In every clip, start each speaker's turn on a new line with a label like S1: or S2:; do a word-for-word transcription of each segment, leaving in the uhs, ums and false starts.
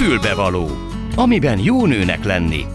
S1: Fülbevaló, amiben jó nőnek lenni.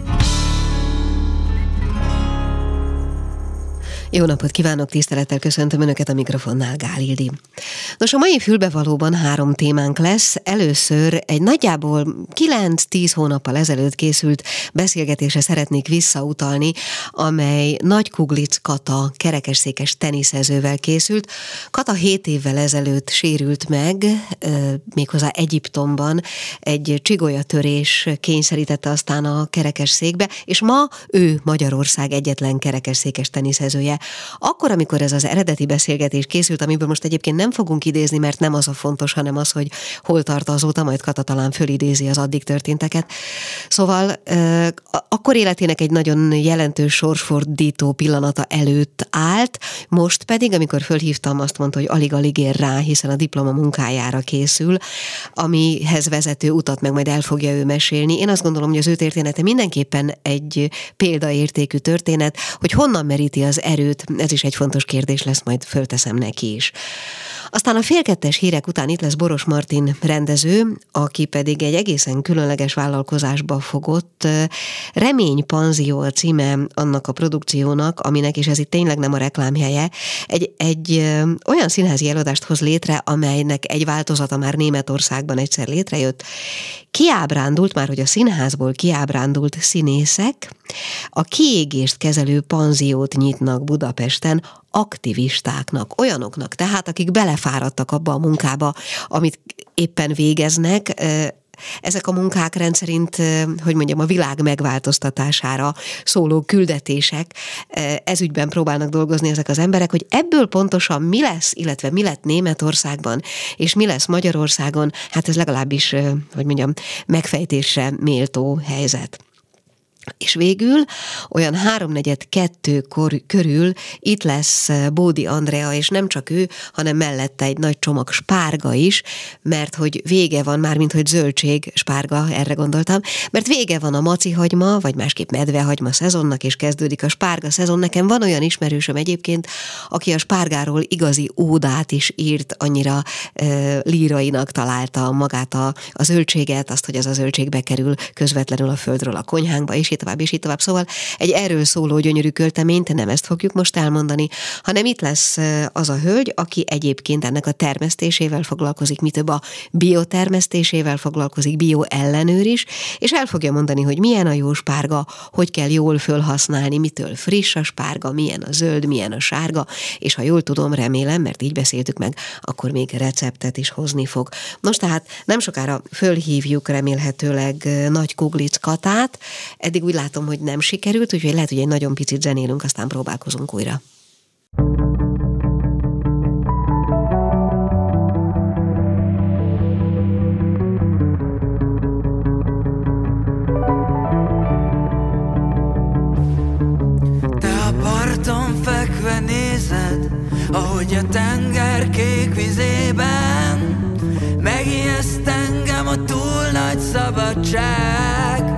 S2: Jó napot kívánok, tisztelettel köszöntöm Önöket, a mikrofonnál Gál Ildi. Nos, a mai Fülbevalóban három témánk lesz. Először egy nagyjából kilenc-tíz hónappal ezelőtt készült beszélgetésre szeretnék visszautalni, amely Nagy Kuglic Kata kerekesszékes teniszezővel készült. Kata hét évvel ezelőtt sérült meg, méghozzá Egyiptomban, egy csigolyatörés kényszerítette aztán a kerekesszékbe, és ma ő Magyarország egyetlen kerekesszékes teniszezője. Akkor, amikor ez az eredeti beszélgetés készült, amiből most egyébként nem fogunk idézni, mert nem az a fontos, hanem az, hogy hol tart azóta, majd Kata talán fölidézi az addig történteket. Szóval euh, akkor életének egy nagyon jelentős sorsfordító pillanata előtt állt, most pedig, amikor fölhívtam, azt mondta, hogy alig-alig ér rá, hiszen a diploma munkájára készül, amihez vezető utat meg majd el fogja ő mesélni. Én azt gondolom, hogy az ő története mindenképpen egy példaértékű történet, hogy honnan meríti az erőt, ez is egy fontos kérdés lesz, majd fölteszem neki is. Aztán a fél kettes hírek után itt lesz Boros Martin rendező, aki pedig egy egészen különleges vállalkozásba fogott. Remény Panzió a címe annak a produkciónak, aminek, és ez itt tényleg nem a reklámhelye, egy, egy olyan színházi előadást hoz létre, amelynek egy változata már Németországban egyszer létrejött. Kiábrándult, már hogy a színházból kiábrándult színészek a kiégést kezelő panziót nyitnak Budapesten aktivistáknak, olyanoknak, tehát akik belefáradtak abba a munkába, amit éppen végeznek. Ezek a munkák rendszerint, hogy mondjam, a világ megváltoztatására szóló küldetések. Ez ügyben próbálnak dolgozni ezek az emberek, hogy ebből pontosan mi lesz, illetve mi lett Németországban, és mi lesz Magyarországon, hát ez legalábbis, hogy mondjam, megfejtésre méltó helyzet. És végül olyan háromnegyed kettő kor, körül itt lesz Bódi Andrea, és nem csak ő, hanem mellette egy nagy csomag spárga is, mert hogy vége van, mármint hogy zöldség, spárga, erre gondoltam, mert vége van a macihagyma, vagy másképp medvehagyma szezonnak, és kezdődik a spárga szezon. Nekem van olyan ismerősöm egyébként, aki a spárgáról igazi ódát is írt, annyira e, lírainak találta magát a, a zöldséget, azt, hogy az a zöldség bekerül közvetlenül a földről a konyhánkba, és tovább, és így tovább. Szóval egy erről szóló gyönyörű költeményt, nem ezt fogjuk most elmondani, hanem itt lesz az a hölgy, aki egyébként ennek a termesztésével foglalkozik, mi több a biotermesztésével foglalkozik, bioellenőr is, és el fogja mondani, hogy milyen a jó spárga, hogy kell jól fölhasználni, mitől friss a spárga, milyen a zöld, milyen a sárga, és ha jól tudom, remélem, mert így beszéltük meg, akkor még receptet is hozni fog. Nos, tehát nem sokára fölhívjuk remélhetőleg Nagy Kuglic Katát. Eddig úgy látom, hogy nem sikerült, úgyhogy lehet, hogy egy nagyon picit zenélünk, aztán próbálkozunk újra.
S3: Te a parton fekve nézed, ahogy a tenger kék vizében megijeszt engem a túl nagy szabadság.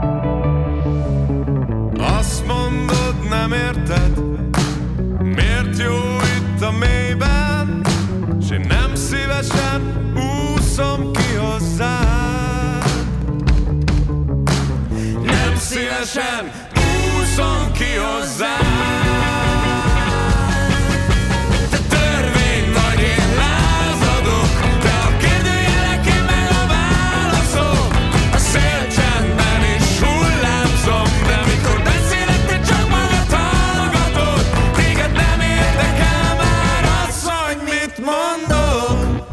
S4: Azt mondod, nem érted, miért jó itt a mélyben, s én nem szívesen úszom ki hozzád. Nem szívesen úszom ki hozzád. Te törvény vagy, én lázadok, te a kérdőjelek, én meg a válaszok. A szélcsendben is hullámzom, de mikor beszélek, te csak magad hallgatod. Téged nem érdekel már az, hogy mit mondok.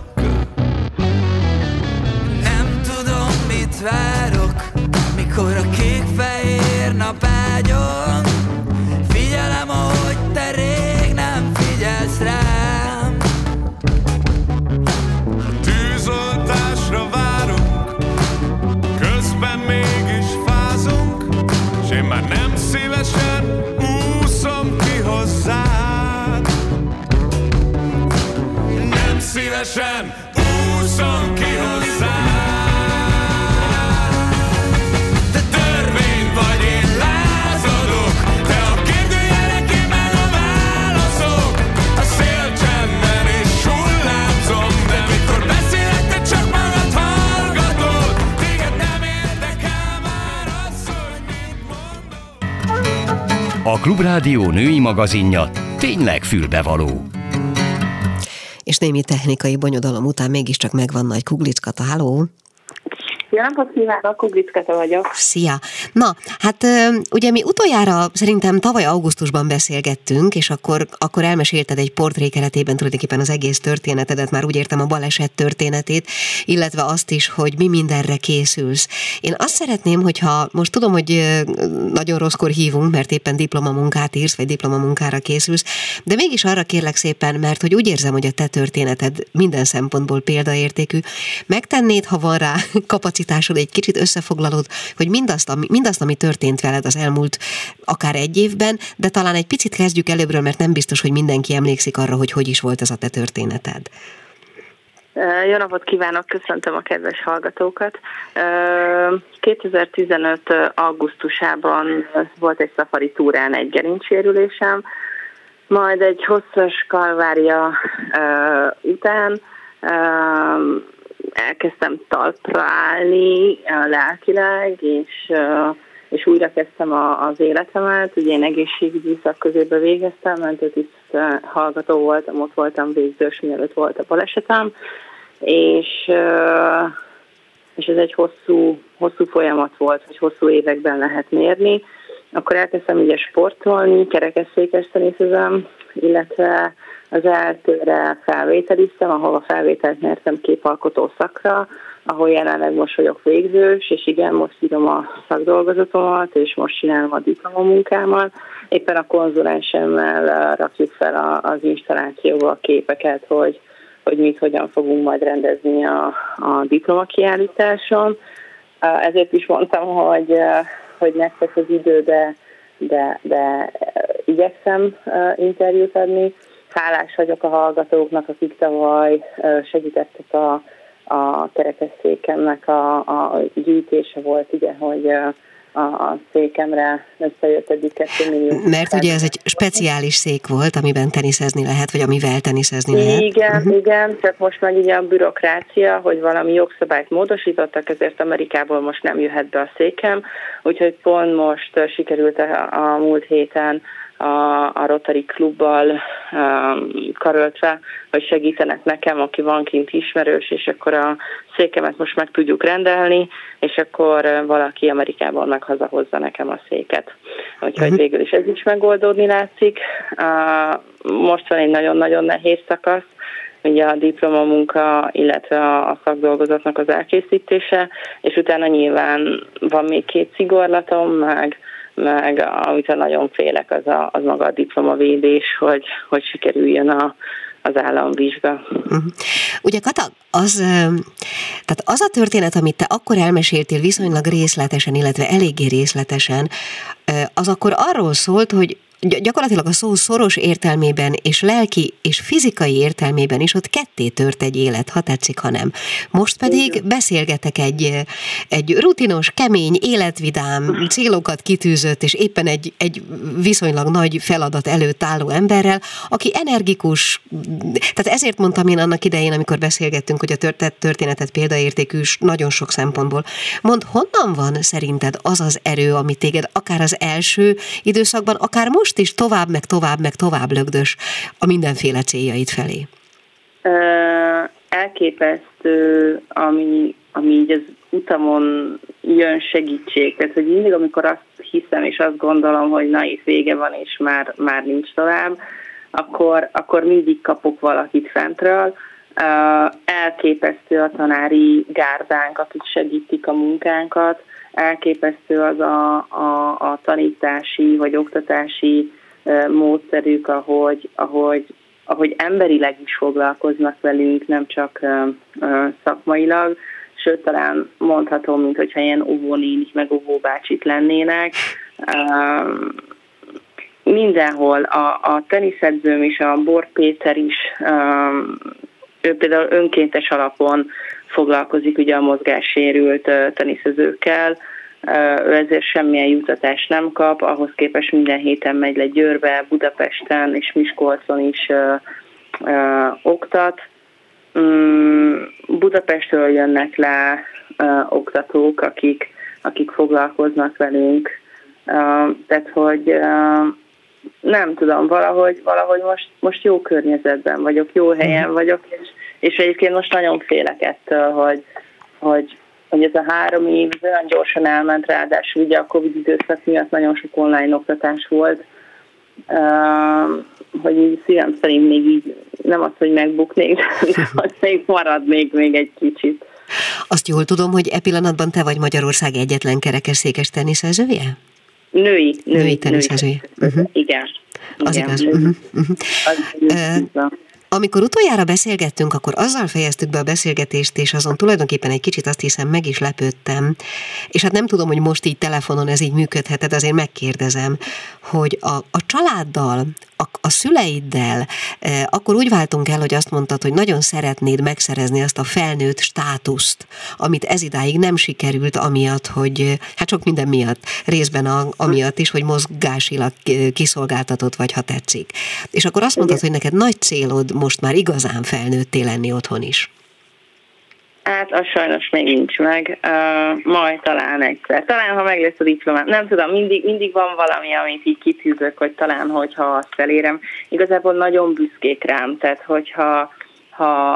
S4: Nem tudom, mit várok, mikor a kék-fehér nap ágyon. Figyelem, ahogy te rég nem figyelsz rám. A tűzoltásra várunk, közben mégis fázunk, s én már nem szívesen úszom ki hozzád. Nem szívesen úszom ki hozzád. Te törvény vagy, én lázadok, te a kérdőjelek, én meg a válaszok. A szélcsendben is hullámzom, de mikor beszélek, te csak magad hallgatod. Téged nem
S1: A Klubrádió női magazinja tényleg fülbevaló.
S2: És némi technikai bonyodalom után mégiscsak megvan Nagy Kuglics Kata. Halló!
S5: Jó napot kívánok, Kuglics Kata vagyok.
S2: Szia! Na, hát ugye mi utoljára szerintem tavaly augusztusban beszélgettünk, és akkor, akkor elmesélted egy portré keretében tulajdonképpen az egész történetedet, már úgy értem a baleset történetét, illetve azt is, hogy mi mindenre készülsz. Én azt szeretném, hogyha most tudom, hogy nagyon rosszkor hívunk, mert éppen diplomamunkát írsz, vagy diplomamunkára készülsz, de mégis arra kérlek szépen, mert hogy úgy érzem, hogy a te történeted minden szempontból példaértékű. Megtennéd, ha van rá kapacitásod, egy kicsit összefoglalod, hogy mindazt, ami, mindazt, ami történt veled az elmúlt akár egy évben, de talán egy picit kezdjük előbbről, mert nem biztos, hogy mindenki emlékszik arra, hogy hogy is volt ez a te történeted.
S5: Jó napot kívánok, köszöntöm a kedves hallgatókat. kétezer-tizenöt augusztusában volt egy szafari túrán egy gerincsérülésem, majd egy hosszas kalvária után elkezdtem talpra állni lelkileg, és, és újra kezdtem a, az életemet. Ugye én egészségügyi szakközépbe végeztem, mentőtiszt hallgató voltam, ott voltam végzős, mielőtt volt a balesetem, és, és ez egy hosszú, hosszú folyamat volt, hogy hosszú években lehet mérni. Akkor elkezdtem ugye sportolni, kerekesszékes teniszezem, illetve az eltőre felvételiztem, ahol a felvételt nyertem képalkotó szakra, ahol jelenleg most vagyok végzős, és igen, most írom a szakdolgozatomat, és most csinálom a diplomamunkámat. Éppen a konzulensemmel rakjuk fel az installációba a képeket, hogy, hogy mit, hogyan fogunk majd rendezni a, a diplomakiállításon. Ezért is mondtam, hogy, hogy megtesz az idő, de, de, de igyekszem interjút adni. Hálás vagyok a hallgatóknak, akik tavaly segítettek a, a kerekesszékemnek a, a gyűjtése volt, ugye, hogy a, a székemre összejött eddig kettő millió.
S2: Mert ugye ez egy speciális szék volt, amiben teniszezni lehet, vagy amivel teniszezni lehet.
S5: Igen,
S2: uh-huh.
S5: igen, csak most már ugye a bürokrácia, hogy valami jogszabályt módosítottak, ezért Amerikából most nem jöhet be a székem, úgyhogy pont most sikerült a, a múlt héten a, a Rotary Klubbal um, karöltve, hogy segítenek nekem, aki van kint ismerős, és akkor a székemet most meg tudjuk rendelni, és akkor valaki Amerikából meg hazahozza nekem a széket. Úgyhogy uh-huh. végül is ez is megoldódni látszik. Uh, most van egy nagyon-nagyon nehéz szakasz, ugye a diplomamunka, illetve a szakdolgozatnak az elkészítése, és utána nyilván van még két szigorlatom, meg meg amit nagyon félek, az, a, az maga a diplomavédés, hogy, hogy sikerüljön a, az államvizsga.
S2: Uh-huh. Ugye Kata, az, tehát az a történet, amit te akkor elmeséltél viszonylag részletesen, illetve eléggé részletesen, az akkor arról szólt, hogy gyakorlatilag a szó szoros értelmében és lelki és fizikai értelmében is ott ketté tört egy élet, ha tetszik, ha nem. Most pedig beszélgetek egy, egy rutinos, kemény, életvidám, célokat kitűzött, és éppen egy, egy viszonylag nagy feladat előtt álló emberrel, aki energikus, tehát ezért mondtam én annak idején, amikor beszélgettünk, hogy a történetet példaértékű nagyon sok szempontból. Mondd, honnan van szerinted az az erő, ami téged akár az első időszakban, akár most is tovább, meg tovább, meg tovább lögdös a mindenféle céljaid felé?
S5: Uh, elképesztő, ami, ami így az utamon jön segítség. Tehát, hogy mindig, amikor azt hiszem, és azt gondolom, hogy na, itt vége van, és már, már nincs tovább, akkor, akkor mindig kapok valakit fentről. Uh, elképesztő a tanári gárdánk, akik segítik a munkánkat, elképesztő az a, a, a tanítási vagy oktatási uh, módszerük, ahogy, ahogy, ahogy emberileg is foglalkoznak velünk, nem csak uh, uh, szakmailag, sőt, talán mondhatom, mint hogyha ilyen óvónénik meg óvóbácsik lennének. Uh, mindenhol a, a teniszedzőm és a Bor Péter is, uh, ő például önkéntes alapon foglalkozik ugye a mozgássérült teniszezőkkel, ő ezért semmilyen juttatást nem kap, ahhoz képest minden héten megy le Győrbe, Budapesten és Miskolcon is ö, ö, oktat. Mm, Budapestről jönnek le ö, oktatók, akik, akik foglalkoznak velünk. Ö, tehát, hogy ö, nem tudom, valahogy, valahogy most, most jó környezetben vagyok, jó helyen vagyok, és, és egyébként most nagyon félek ettől, hogy, hogy, hogy ez a három év olyan gyorsan elment, ráadásul ugye a Covid időszak miatt nagyon sok online oktatás volt, uh, hogy így szívem szerint még így nem az, hogy megbuknék, de hogy még maradnék még egy kicsit.
S2: Azt jól tudom, hogy e pillanatban te vagy Magyarország egyetlen kerekesszékes teniszezője?
S5: Női. Női,
S2: női teniszezője.
S5: Uh-huh. Igen.
S2: Az
S5: igen,
S2: igaz. Uh-huh. Uh-huh.
S5: Az uh,
S2: Amikor utoljára beszélgettünk, akkor azzal fejeztük be a beszélgetést, és azon tulajdonképpen egy kicsit azt hiszem meg is lepődtem, és hát nem tudom, hogy most így telefonon ez így működhet, de azért megkérdezem, hogy a, a családdal, a, a szüleiddel, eh, akkor úgy váltunk el, hogy azt mondtad, hogy nagyon szeretnéd megszerezni azt a felnőtt státuszt, amit ezidáig nem sikerült amiatt, hogy hát sok minden miatt, részben a, amiatt is, hogy mozgásilag kiszolgáltatott vagy, ha tetszik. És akkor azt mondtad, hogy neked nagy célod most már igazán felnőtté lenni otthon is.
S5: Hát, az sajnos még nincs meg. Uh, majd talán egyszer. Talán, ha meg lesz a diplomám. Nem tudom, mindig, mindig van valami, amit így kitűzök, hogy talán, hogyha azt elérem. Igazából nagyon büszkék rám, tehát hogyha ha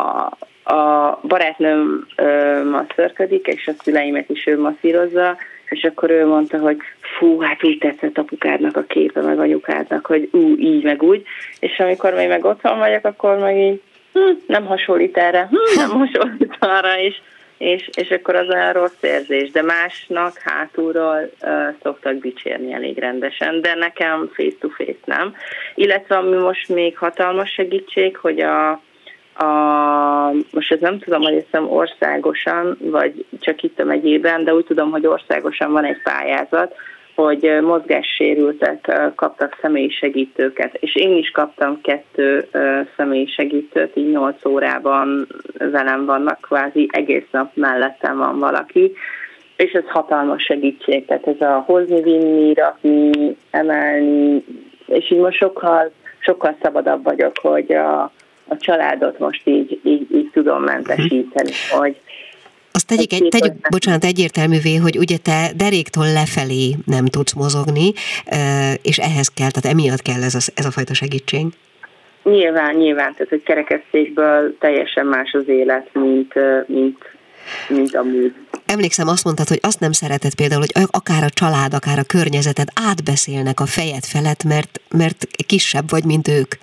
S5: a barátnőm uh, masszörködik, és a szüleimet is ő masszírozza, és akkor ő mondta, hogy fú, hát úgy tetszett apukádnak a képe, meg anyukádnak, hogy ú, így, meg úgy. És amikor még meg otthon vagyok, akkor meg így hm, nem hasonlít erre, hm, nem hasonlít arra is, és, és akkor az olyan rossz érzés. De másnak hátulról uh, szoktak dicsérni elég rendesen, de nekem face-to-face nem. Illetve ami most még hatalmas segítség, hogy a A, most ez nem tudom, hogy hiszem országosan, vagy csak itt a megyében, de úgy tudom, hogy országosan van egy pályázat, hogy mozgássérültek kaptak személyi segítőket, és én is kaptam kettő személyi segítőt, így nyolc órában velem vannak, kvázi egész nap mellettem van valaki, és ez hatalmas segítség, tehát ez a hozni, vinni, rakni, emelni, és így most sokkal, sokkal szabadabb vagyok, hogy a a családot most így, így, így tudom mentesíteni, hogy...
S2: Azt tegyük, egy, tegyük bocsánat, egyértelművé, hogy ugye te deréktől lefelé nem tudsz mozogni, és ehhez kell, tehát emiatt kell ez a, ez a fajta segítség.
S5: Nyilván, nyilván, tehát egy kerekesszékből teljesen más az élet, mint, mint, mint amúgy.
S2: Emlékszem, azt mondtad, hogy azt nem szereted például, hogy akár a család, akár a környezeted átbeszélnek a fejed felett, mert, mert kisebb vagy, mint ők.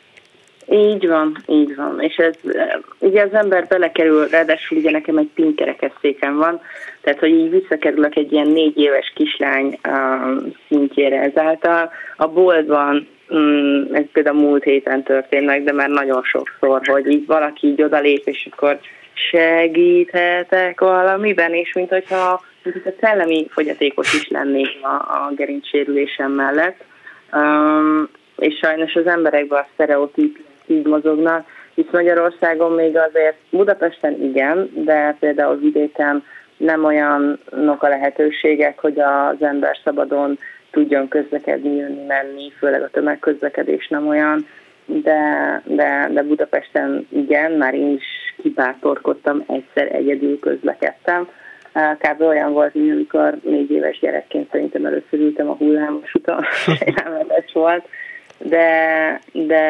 S5: Így van, így van. És ez, ugye az ember belekerül, ráadásul ugye nekem egy pinkerekesszéken van, tehát hogy így visszakerülök egy ilyen négy éves kislány uh, szintjére ezáltal. A boltban, um, ez például múlt héten történt meg, de már nagyon sokszor, hogy így valaki így odalép, és akkor segíthetek valamiben, és mint hogyha mint a szellemi fogyatékos is lennék a, a gerincsérülésem mellett. Um, és sajnos az emberekben a sztereotíp így mozognak, hisz Magyarországon még azért, Budapesten igen, de például vidéken nem olyanok a lehetőségek, hogy az ember szabadon tudjon közlekedni, jönni, menni, főleg a tömegközlekedés nem olyan, de, de, de Budapesten igen, már én is kibátorkodtam, egyszer egyedül közlekedtem. Kb. Olyan volt, mint amikor négy éves gyerekként szerintem először ültem a hullámos úton, élelmetes volt. De, de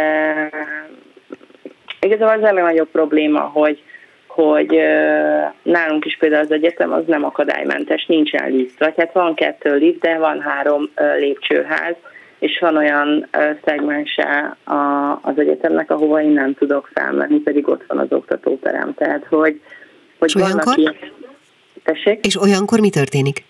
S5: igazából az a legnagyobb probléma, hogy, hogy nálunk is például az egyetem az nem akadálymentes, nincsen lift. Vagy hát van kettő lift, de van három lépcsőház, és van olyan szegmense az egyetemnek, ahova én nem tudok felmenni, pedig ott van az oktatóterem. Tehát, hogy, hogy vannak ilyen... Tessék?
S2: És olyankor mi történik?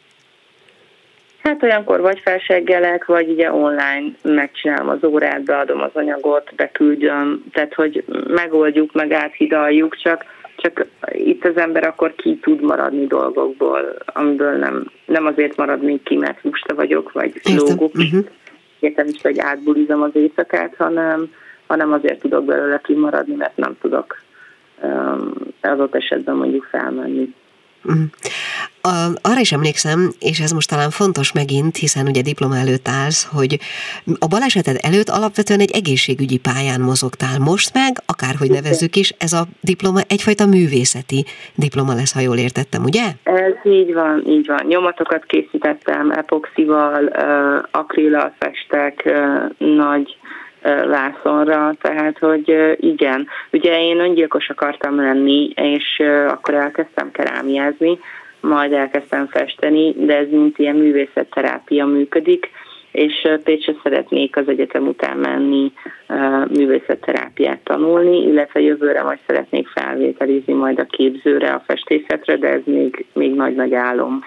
S5: Hát olyankor vagy felseggelek, vagy ugye online megcsinálom az órát, beadom az anyagot, beküldöm, tehát hogy megoldjuk, meg áthidaljuk, csak, csak itt az ember akkor ki tud maradni dolgokból, amiből nem, nem azért maradni ki, mert lusta vagyok, vagy lógok, uh-huh. értem is, hogy átbulizom az éjszakát, hanem, hanem azért tudok belőle kimaradni, mert nem tudok um, az ott esetben mondjuk felmenni.
S2: Uh-huh. A, arra is emlékszem, és ez most talán fontos megint, hiszen ugye diploma előtt állsz, hogy a baleseted előtt alapvetően egy egészségügyi pályán mozogtál. Most meg, akárhogy nevezzük is, ez a diploma egyfajta művészeti diploma lesz, ha jól értettem, ugye?
S5: Ez így van, így van. Nyomatokat készítettem, epoxival, uh, akrillal festek, uh, nagy vászonra, tehát, hogy igen. Ugye én öngyilkos akartam lenni, és akkor elkezdtem kerámiázni, majd elkezdtem festeni, de ez mint ilyen művészetterápia működik, és Pécsre szeretnék az egyetem után menni művészetterápiát tanulni, illetve jövőre majd szeretnék felvételizni majd a képzőre, a festészetre, de ez még, még nagy-nagy álom.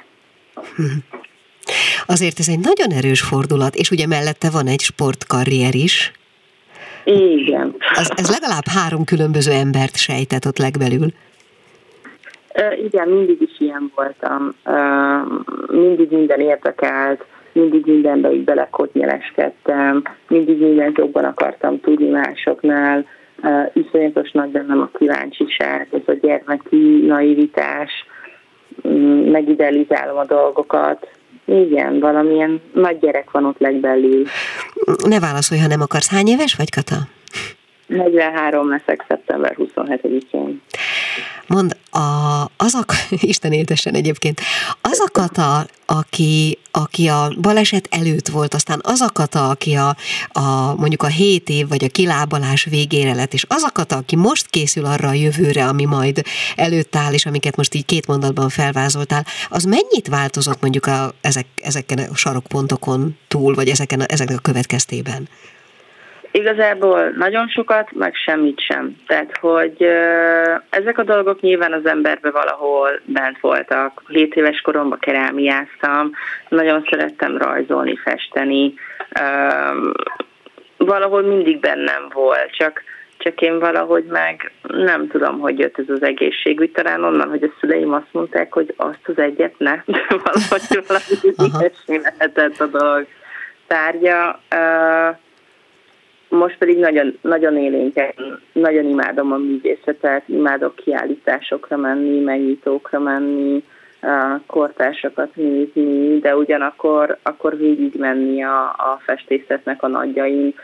S2: Azért ez egy nagyon erős fordulat, és ugye mellette van egy sportkarrier is.
S5: Igen.
S2: Az, ez legalább három különböző embert sejtett ott legbelül.
S5: Uh, igen, mindig is ilyen voltam. Uh, mindig minden érdekelt, mindig mindenbe így belekotnyeleskedtem, mindig mindent jobban akartam tudni másoknál. Uh, iszonyatos nagy bennem a kíváncsiság, ez a gyermeki naivitás, um, megidealizálom a dolgokat. Igen, valamilyen nagy gyerek van ott legbelül.
S2: Ne válaszolj, ha nem akarsz. Hány éves vagy, Kata?
S5: negyvenhárom leszek szeptember huszonhetedikén.
S2: Mondd, a, az a, Isten éltessen egyébként, az a Kata, aki, aki a baleset előtt volt, aztán az a Kata, aki a, a mondjuk a hét év vagy a kilábalás végére lett, és az a Kata, aki most készül arra a jövőre, ami majd előtt áll, és amiket most így két mondatban felvázoltál, az mennyit változott mondjuk a, ezek, ezeken a sarokpontokon túl, vagy ezeken a, ezek a következtében?
S5: Igazából nagyon sokat, meg semmit sem. Tehát, hogy euh, ezek a dolgok nyilván az emberbe valahol bent voltak. Hét éves koromban kerámiáztam, nagyon szerettem rajzolni, festeni. Euh, valahol mindig bennem volt, csak, csak én valahogy meg nem tudom, hogy jött ez az egészségügy. Talán onnan, hogy a szüleim azt mondták, hogy azt az egyet ne. valahogy valami ilyesmi lehetett a dolog tárgya. Euh, Most pedig nagyon, nagyon élénken, nagyon imádom a művészetet, imádok kiállításokra menni, megnyitókra menni, kortársakat nézni, de ugyanakkor akkor végig menni a, a festészetnek a nagyjain.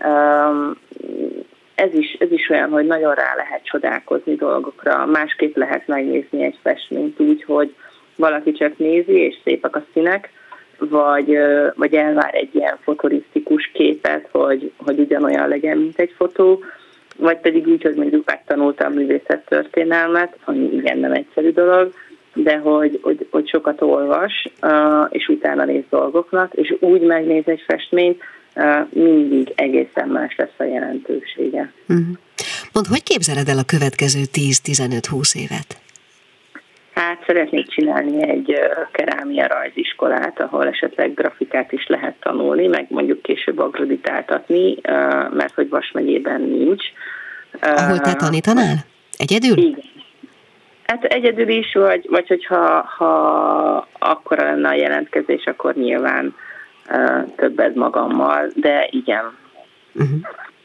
S5: Ez is, ez is olyan, hogy nagyon rá lehet csodálkozni dolgokra, másképp lehet megnézni egy festményt úgy, hogy valaki csak nézi, és szépek a színek, vagy, vagy elvár egy ilyen fotorisztikus képet, hogy, hogy ugyanolyan legyen, mint egy fotó, vagy pedig úgy, hogy mondjuk megtanultam művészettörténelmet, ami igen nem egyszerű dolog, de hogy, hogy, hogy sokat olvas, és utána néz dolgoknak, és úgy megnéz egy festményt, mindig egészen más lesz a jelentősége.
S2: Mondd, hogy képzeled el a következő tíz-tizenöt-húsz évet?
S5: Hát szeretnék csinálni egy kerámia rajziskolát, ahol esetleg grafikát is lehet tanulni, meg mondjuk később akreditáltatni, mert hogy Vas megyében nincs.
S2: Ahol te tanítanál? Egyedül?
S5: Igen. Hát egyedül is, vagy, vagy hogyha ha akkora lenne a jelentkezés, akkor nyilván többet magammal, de igen.
S2: Uh-huh.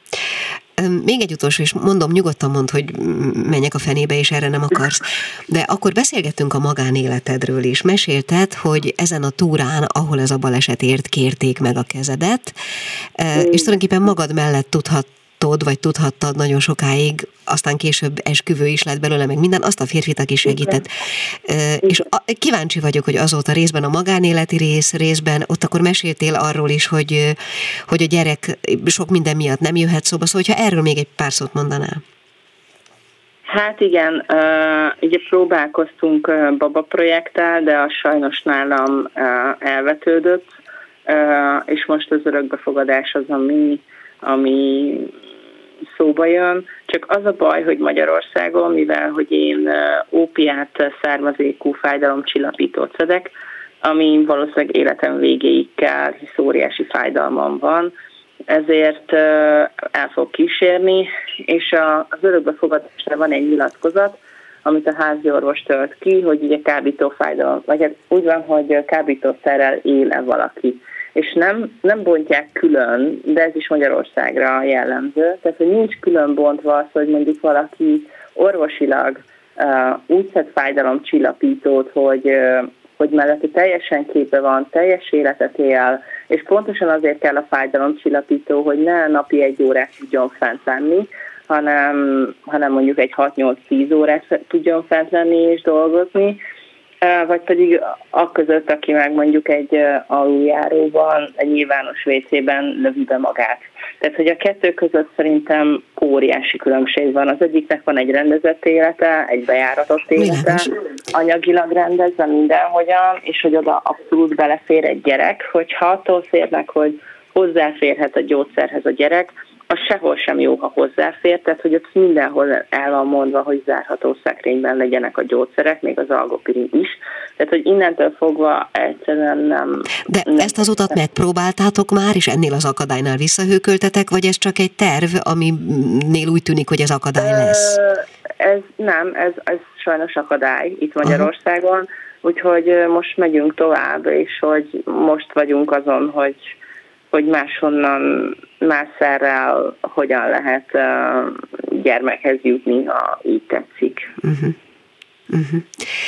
S2: Még egy utolsó, és mondom, nyugodtan mondd, hogy menjek a fenébe, és erre nem akarsz. De akkor beszélgettünk a magánéletedről is. Mesélted, hogy ezen a túrán, ahol ez a baleset ért, kérték meg a kezedet, mm. és tulajdonképpen magad mellett tudhattad, vagy tudhattad nagyon sokáig, aztán később esküvő is lett belőle, meg minden, azt a férfit, aki segített. Igen. És kíváncsi vagyok, hogy azóta részben a magánéleti rész, részben ott akkor meséltél arról is, hogy, hogy a gyerek sok minden miatt nem jöhet szóba, szóval hogyha erről még egy pár szót mondanál.
S5: Hát igen, ugye próbálkoztunk Baba projekttel, de az sajnos nálam elvetődött, és most az örökbefogadás az, ami, ami szóba jön, csak az a baj, hogy Magyarországon, mivel hogy én ópiát származékú fájdalomcsillapítót szedek, ami valószínűleg életem végéig kell, hisz óriási fájdalmam van, ezért el fog kísérni, és az örökbefogadásra van egy nyilatkozat, amit a házi orvos tölt ki, hogy ugye kábítófájdalom, vagy hát úgy van, hogy kábítószerrel él-e valaki. És nem, nem bontják külön, de ez is Magyarországra jellemző. Tehát, hogy nincs külön bontva az, hogy mondjuk valaki orvosilag uh, úgy szed fájdalomcsillapítót, hogy, uh, hogy mellette teljesen képbe van, teljes életet él, és pontosan azért kell a fájdalomcsillapító, hogy ne napi egy órát tudjon fent lenni, hanem, hanem mondjuk egy hat-nyolc-tíz órát tudjon fent lenni és dolgozni, vagy pedig akközött, aki meg mondjuk egy aluljáróban, egy nyilvános vécében lövi be magát. Tehát, hogy a kettő között szerintem óriási különbség van. Az egyiknek van egy rendezett élete, egy bejáratott élete, anyagilag rendezve mindenhogyan, és hogy oda abszolút belefér egy gyerek, hogyha attól férnek, hogy hozzáférhet a gyógyszerhez a gyerek, az sehol sem jó, ha hozzáfér, tehát hogy ott mindenhol el van mondva, hogy zárható szekrényben legyenek a gyógyszerek, még az algopirin is. Tehát, hogy innentől fogva egyszerűen nem...
S2: De nem ezt az utat megpróbáltátok már, és ennél az akadálynál visszahőköltetek, vagy ez csak egy terv, aminél úgy tűnik, hogy ez akadály lesz?
S5: Ez nem, ez, ez sajnos akadály itt Magyarországon, aha. Úgyhogy most megyünk tovább, és hogy most vagyunk azon, hogy hogy máshonnan, más szerrel hogyan lehet uh, gyermekhez jutni, ha így tetszik. Uh-huh.
S2: Uh-huh.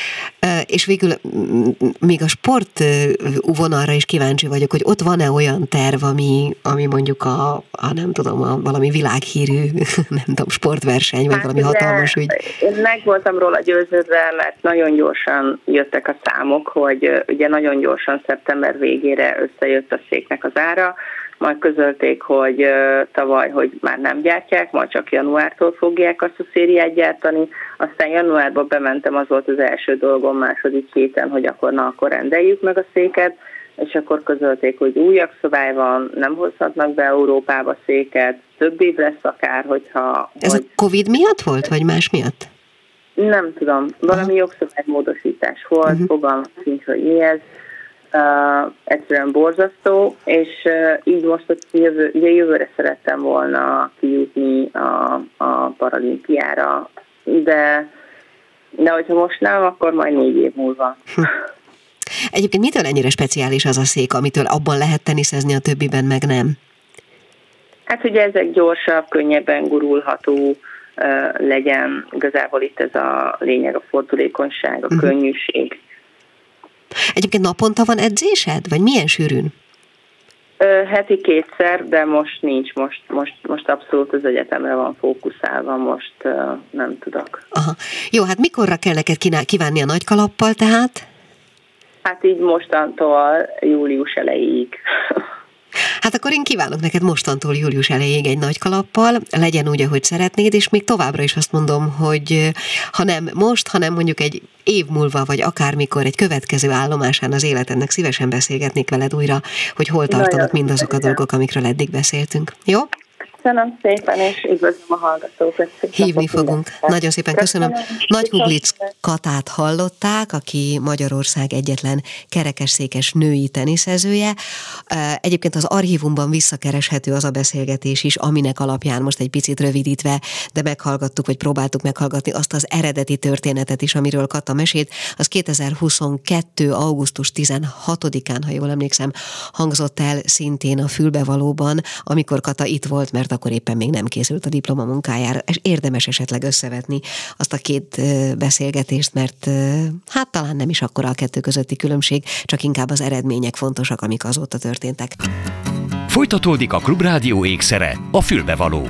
S2: Uh, és végül még a sport uh, vonalra is kíváncsi vagyok, hogy ott van-e olyan terv, ami, ami mondjuk a, a nem tudom, a valami világhírű, nem tudom, sportverseny, vagy hát valami hatalmas ügy?
S5: Én meg voltam róla győződve, mert nagyon gyorsan jöttek a számok, hogy uh, ugye nagyon gyorsan szeptember végére összejött a széknek az ára, majd közölték, hogy uh, tavaly, hogy már nem gyártják, majd csak januártól fogják azt a szériát gyártani. Aztán januárban bementem, az volt az első dolgom második héten, hogy akkor na, akkor rendeljük meg a széket, és akkor közölték, hogy új jogszabály van, nem hozhatnak be Európába széket, több év lesz akár, hogyha...
S2: Ez
S5: hogy...
S2: a Covid miatt volt, vagy más miatt?
S5: Nem tudom, valami jogszabálymódosítás volt, uh-huh. fogalmam sincs, hogy mi ez. Uh, egyszerűen borzasztó, és uh, így most ott jövő, ugye jövőre szerettem volna kijutni a, a paralimpiára, de, de hogyha most nem, akkor majd négy év múlva.
S2: Hm. Egyébként mitől ennyire speciális az a szék, amitől abban lehet teniszezni, a többiben meg nem?
S5: Hát ugye ezek gyorsabb, könnyebben gurulható uh, legyen, igazából itt ez a lényeg, a fordulékonyság, a uh-huh. könnyűség.
S2: Egyébként naponta van edzésed? Vagy milyen sűrűn?
S5: Ö, heti kétszer, de most nincs. Most, most, most abszolút az egyetemre van fókuszálva, most uh, nem tudok.
S2: Aha. Jó, hát mikorra kell neked kívánni a nagy kalappal tehát?
S5: Hát így mostantól július elejéig.
S2: Hát akkor én kívánok neked mostantól július elejéig egy nagy kalappal, legyen úgy, ahogy szeretnéd, és még továbbra is azt mondom, hogy ha nem most, hanem mondjuk egy év múlva, vagy akármikor egy következő állomásán az életednek szívesen beszélgetnék veled újra, hogy hol tartanak mindazok a dolgok, amikről eddig beszéltünk. Jó?
S5: Köszönöm szépen, és üdvözlöm a hallgatókat.
S2: Hívni fogunk. Nagyon szépen köszönöm. Nagy Huglic Katát hallották, aki Magyarország egyetlen kerekesszékes női teniszezője. Egyébként az archívumban visszakereshető az a beszélgetés is, aminek alapján most egy picit rövidítve, de meghallgattuk, vagy próbáltuk meghallgatni azt az eredeti történetet is, amiről Kata mesélt. Az kétezer-huszonkettő. augusztus tizenhatodikán, ha jól emlékszem, hangzott el szintén a Fülbevalóban, amikor Kata itt volt, mert akkor éppen még nem készült a diplomamunkájára, és érdemes esetleg összevetni azt a két beszélgetést, mert hát talán nem is akkora a kettő közötti különbség, csak inkább az eredmények fontosak, amik azóta történtek.
S1: Folytatódik a Klubrádió ékszere, a Fülbevaló.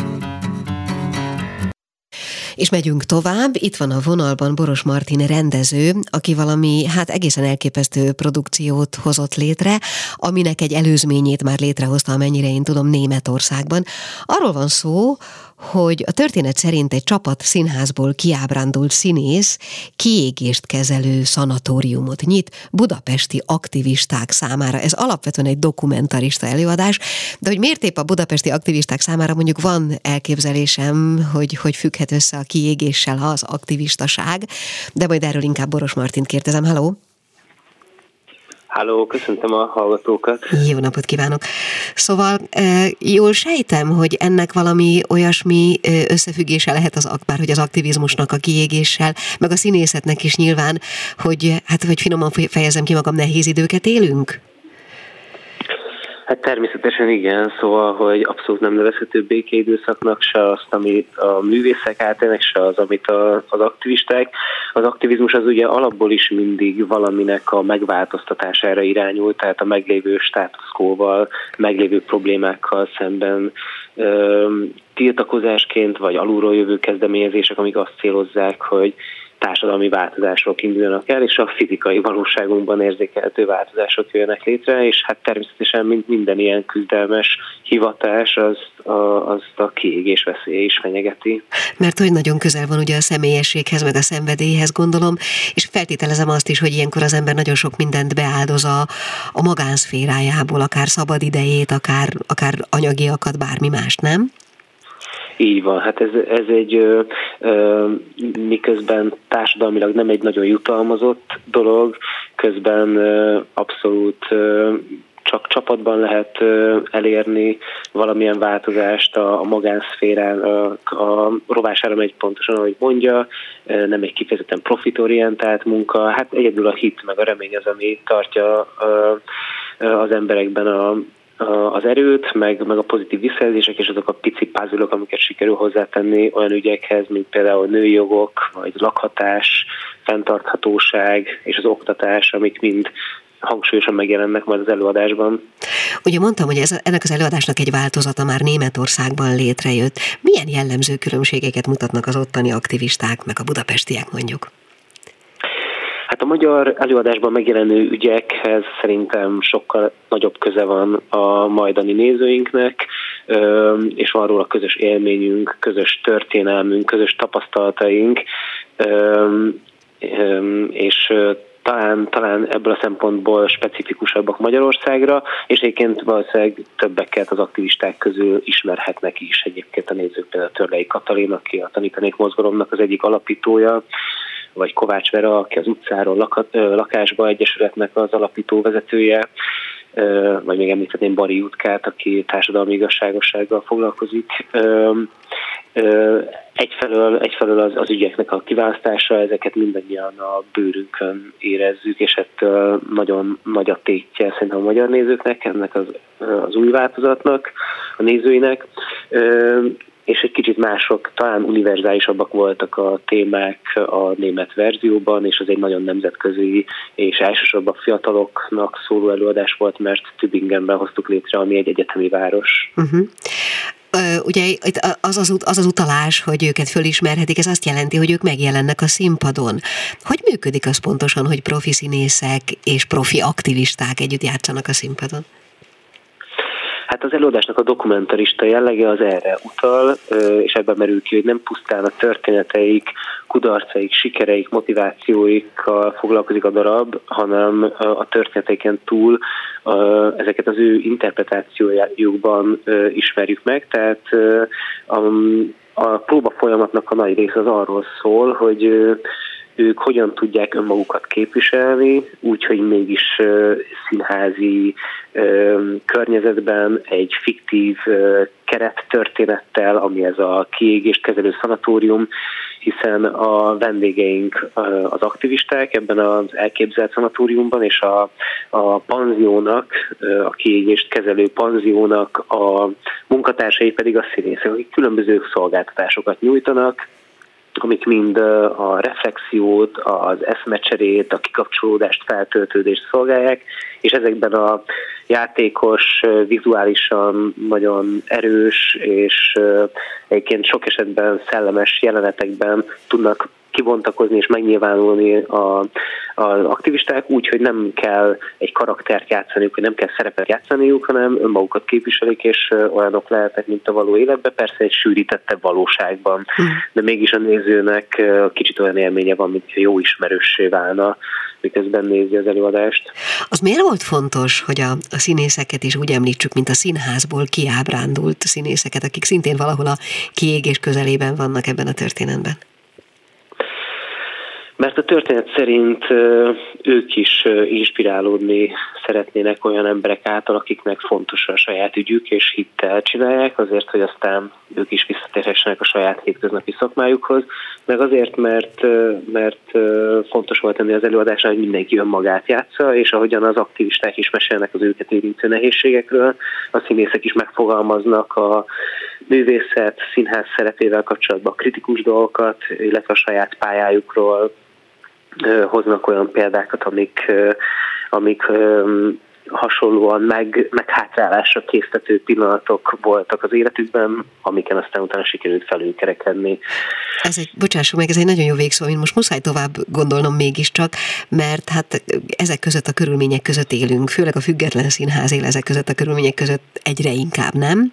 S2: És megyünk tovább, itt van a vonalban Boros Martin rendező, aki valami hát egészen elképesztő produkciót hozott létre, aminek egy előzményét már létrehozta, amennyire én tudom, Németországban. Arról van szó, hogy a történet szerint egy csapat színházból kiábrándult színész kiégést kezelő szanatóriumot nyit budapesti aktivisták számára. Ez alapvetően egy dokumentarista előadás, de hogy miért épp a budapesti aktivisták számára, mondjuk van elképzelésem, hogy, hogy függhet össze a kiégéssel az aktivistaság, de majd erről inkább Boros Martint kérdezem. Halló!
S6: Halló, köszöntöm a hallgatókat.
S2: Jó napot kívánok! Szóval jól sejtem, hogy ennek valami olyasmi összefüggése lehet az, bár hogy az aktivizmusnak a kiégéssel, meg a színészetnek is nyilván, hogy hát, hogy finoman fejezem ki magam, nehéz időket élünk?
S6: Hát természetesen igen, szóval, hogy abszolút nem nevezhető békeidőszaknak se azt, amit a művészek átélnek, se az, amit a, az aktivisták. Az aktivizmus az ugye alapból is mindig valaminek a megváltoztatására irányul, tehát a meglévő status quo-val, meglévő problémákkal szemben ö, tiltakozásként, vagy alulról jövő kezdeményezések, amik azt célozzák, hogy társadalmi változások induljanak el, és a fizikai valóságunkban érzékelhető változások jöjjenek létre, és hát természetesen mint minden ilyen küzdelmes hivatás, az a, az a kiégés veszélye is fenyegeti.
S2: Mert hogy nagyon közel van ugye a személyességhez, meg a szenvedélyhez, gondolom, és feltételezem azt is, hogy ilyenkor az ember nagyon sok mindent beáldoz a, a magánszférájából, akár szabad idejét, akár, akár anyagiakat, bármi más, nem?
S6: Így van, hát ez, ez egy ö, ö, miközben társadalmilag nem egy nagyon jutalmazott dolog, közben ö, abszolút ö, csak csapatban lehet ö, elérni valamilyen változást a, a magánszférán, a, a rovására megy pontosan, ahogy mondja, ö, nem egy kifejezetten profitorientált munka, hát egyedül a hit meg a remény az, ami tartja ö, ö, az emberekben a az erőt, meg, meg a pozitív visszajelzések, és azok a pici puzzle-ok, amiket sikerül hozzátenni olyan ügyekhez, mint például női jogok, vagy lakhatás, fenntarthatóság és az oktatás, amik mind hangsúlyosan megjelennek majd az előadásban.
S2: Ugye mondtam, hogy ez, ennek az előadásnak egy változata már Németországban létrejött. Milyen jellemző különbségeket mutatnak az ottani aktivisták, meg a budapestiek mondjuk?
S6: Hát a magyar előadásban megjelenő ügyekhez szerintem sokkal nagyobb köze van a majdani nézőinknek, és van róla közös élményünk, közös történelmünk, közös tapasztalataink, és talán, talán ebből a szempontból specifikusabbak Magyarországra, és egyébként valószínűleg többeket az aktivisták közül ismerhetnek is egyébként a nézők, például Törlei Katalin, aki a Tanítanék mozgalomnak az egyik alapítója, vagy Kovács Vera, aki az utcáról lak- lakásba egyesületnek az alapító vezetője, vagy még említhetném Bari Jutkát, aki társadalmi igazságossággal foglalkozik. Egyfelől, egyfelől az, az ügyeknek a kiválasztása, ezeket mindannyian a bőrünkön érezzük, és ettől nagyon nagy a tétje szerintem a magyar nézőknek, ennek az, az új változatnak, a nézőinek. És egy kicsit mások, talán univerzálisabbak voltak a témák a német verzióban, és az egy nagyon nemzetközi és elsősorban fiataloknak szóló előadás volt, mert Tübingenben hoztuk létre, ami egy egyetemi város.
S2: Uh-huh. Uh, ugye az az, az az utalás, hogy őket fölismerhetik, ez azt jelenti, hogy ők megjelennek a színpadon. Hogy működik az pontosan, hogy profi színészek és profi aktivisták együtt játszanak a színpadon?
S6: Hát az előadásnak a dokumentarista jellege az erre utal, és ebben merül ki, hogy nem pusztán a történeteik, kudarcaik, sikereik, motivációikkal foglalkozik a darab, hanem a történeteiken túl ezeket az ő interpretációjukban ismerjük meg. Tehát a próba folyamatnak a nagy része az arról szól, hogy ők hogyan tudják önmagukat képviselni, úgyhogy mégis uh, színházi uh, környezetben egy fiktív uh, kerettörténettel, ami ez a kiégést kezelő szanatórium, hiszen a vendégeink uh, az aktivisták ebben az elképzelt szanatóriumban, és a, a panziónak, uh, a kiégést kezelő panziónak a munkatársai pedig a színészek, akik különböző szolgáltatásokat nyújtanak, amik mind a reflexiót, az eszmecserét, a kikapcsolódást, feltöltődést szolgálják, és ezekben a játékos, vizuálisan nagyon erős, és egyébként sok esetben szellemes jelenetekben tudnak kibontakozni és megnyilvánulni a, az aktivisták úgy, hogy nem kell egy karaktert játszaniuk, vagy nem kell szerepet játszaniuk, hanem önmagukat képviselik, és olyanok lehetnek, mint a való életben, persze egy sűrítettebb valóságban. De mégis a nézőnek kicsit olyan élménye van, mintha jó ismerőssé válna, miközben nézi az előadást.
S2: Az miért volt fontos, hogy a, a színészeket is úgy említsük, mint a színházból kiábrándult színészeket, akik szintén valahol a kiégés közelében vannak ebben a történetben?
S6: Mert mert a történet szerint ők is inspirálódni szeretnének olyan emberek által, akiknek fontos a saját ügyük, és hittel csinálják, azért, hogy aztán ők is visszatérhessenek a saját hétköznapi szakmájukhoz, meg azért, mert, mert fontos volt ennél az előadásnál, hogy mindenki önmagát játsza, és ahogyan az aktivisták is mesélnek az őket érintő nehézségekről, a színészek is megfogalmaznak a művészet, színház szerepével kapcsolatban kritikus dolgokat, illetve a saját pályájukról hoznak olyan példákat, amik, amik hasonlóan meg, meg hátrálásra késztető pillanatok voltak az életükben, amiken aztán utána sikerült felülkerekedni.
S2: Ez egy, bocsássuk meg, ez egy nagyon jó végszó, amit most muszáj tovább gondolnom mégiscsak, mert hát ezek között a körülmények között élünk, főleg a független színház él ezek között a körülmények között egyre inkább, nem?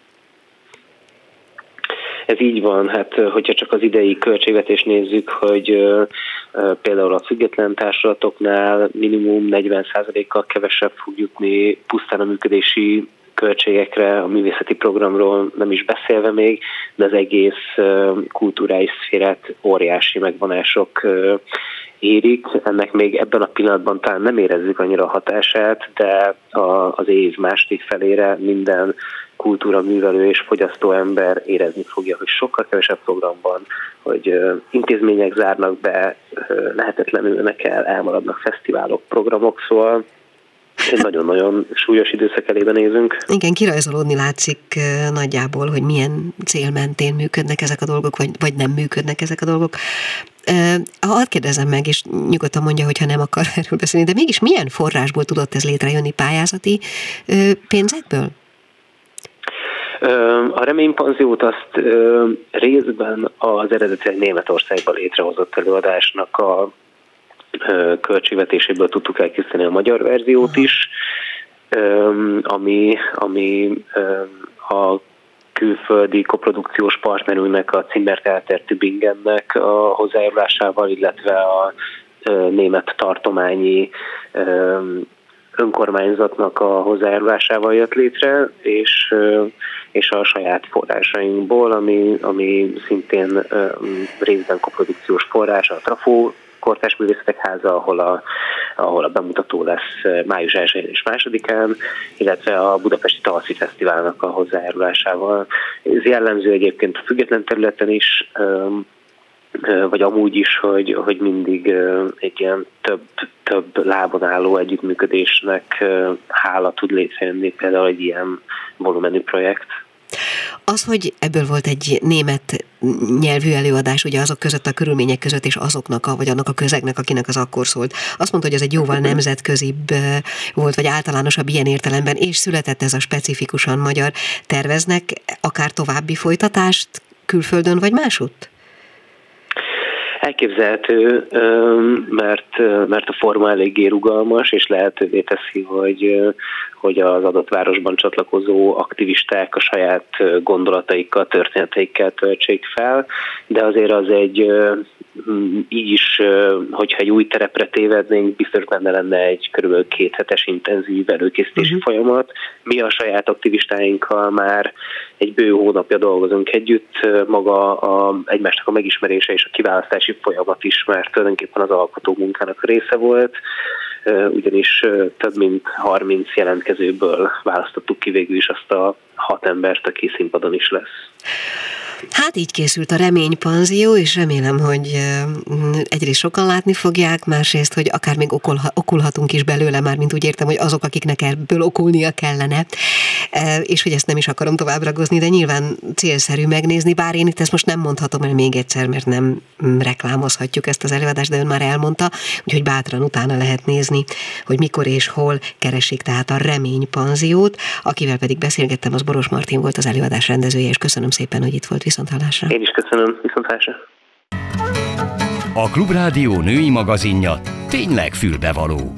S6: Ez így van, hát hogyha csak az idei költségvetést nézzük, hogy uh, uh, például a független társulatoknál minimum negyven százalékkal kevesebb fog jutni pusztán a működési költségekre, a művészeti programról nem is beszélve még, de az egész uh, kulturális szférát óriási megvonások uh, érik. Ennek még ebben a pillanatban talán nem érezzük annyira a hatását, de a, az év második felére minden kultúra művelő és fogyasztó ember érezni fogja, hogy sokkal kevesebb program van, hogy uh, intézmények zárnak be, uh, lehetetlenül ülnek el, elmaradnak fesztiválok, programok, szóval egy nagyon-nagyon súlyos időszak elébe nézünk.
S2: Igen, kirajzolódni látszik uh, nagyjából, hogy milyen cél mentén működnek ezek a dolgok, vagy, vagy nem működnek ezek a dolgok. Uh, hadd kérdezem meg, és nyugodtan mondja, hogyha nem akar erről beszélni, de mégis milyen forrásból tudott ez létrejönni, pályázati uh, pénzekből?
S6: A reménypanziót azt részben az eredetileg Németországban létrehozott előadásnak a költségvetéséből tudtuk elkészíteni a magyar verziót is, ami, ami a külföldi koprodukciós partnerünknek, a Zimmertheater Tübingennek a hozzájárulásával, illetve a német tartományi önkormányzatnak a hozzájárulásával jött létre, és, és a saját forrásainkból, ami, ami szintén részben koprodukciós forrás, a Trafó Kortárs Művészetek Háza, ahol a, ahol a bemutató lesz május elsején és másodikán, illetve a Budapesti Tavaszi Fesztiválnak a hozzájárulásával. Ez jellemző egyébként a független területen is, vagy amúgy is, hogy, hogy mindig egy ilyen több, több lábon álló együttműködésnek hála tud létrejönni, például egy ilyen volumenű projekt.
S2: Az, hogy ebből volt egy német nyelvű előadás, ugye azok között a körülmények között, és azoknak, a, vagy annak a közegnek, akinek az akkor szólt. Azt mondta, hogy ez egy jóval nemzetközibb volt, vagy általánosabb ilyen értelemben, és született ez a specifikusan magyar. Terveznek akár további folytatást külföldön, vagy másutt?
S6: Elképzelhető, mert, mert a forma eléggé rugalmas, és lehetővé teszi, hogy, hogy az adott városban csatlakozó aktivisták a saját gondolataikkal, történeteikkel töltsék fel, de azért az egy, így is, hogyha egy új terepre tévednénk, biztos benne lenne egy körülbelül két hetes intenzív előkészítési uh-huh. folyamat. Mi a saját aktivistáinkkal már egy bő hónapja dolgozunk együtt, maga a, egymásnak a megismerése és a kiválasztási folyamat is már tulajdonképpen az alkotó munkának a része volt, ugyanis több mint harminc jelentkezőből választottuk ki végül is azt a hat embert, aki színpadon is lesz.
S2: Hát így készült a Reménypanzió, és remélem, hogy egyrészt sokan látni fogják, másrészt, hogy akár még okolha, okulhatunk is belőle, már mint úgy értem, hogy azok, akiknek ebből okulnia kellene, és hogy ezt nem is akarom tovább ragozni, de nyilván célszerű megnézni, bár én itt ezt most nem mondhatom el még egyszer, mert nem reklámozhatjuk ezt az előadást, de ön már elmondta, úgyhogy bátran utána lehet nézni, hogy mikor és hol keresik tehát a Reménypanziót. Akivel pedig beszélgettem, az Boros Martin volt az előadás rendezője, és köszönöm szépen, hogy itt volt. Viszonthallásra.
S6: Én is köszönöm, viszonthallásra.
S1: A Klubrádió női magazinja tényleg fülbevaló.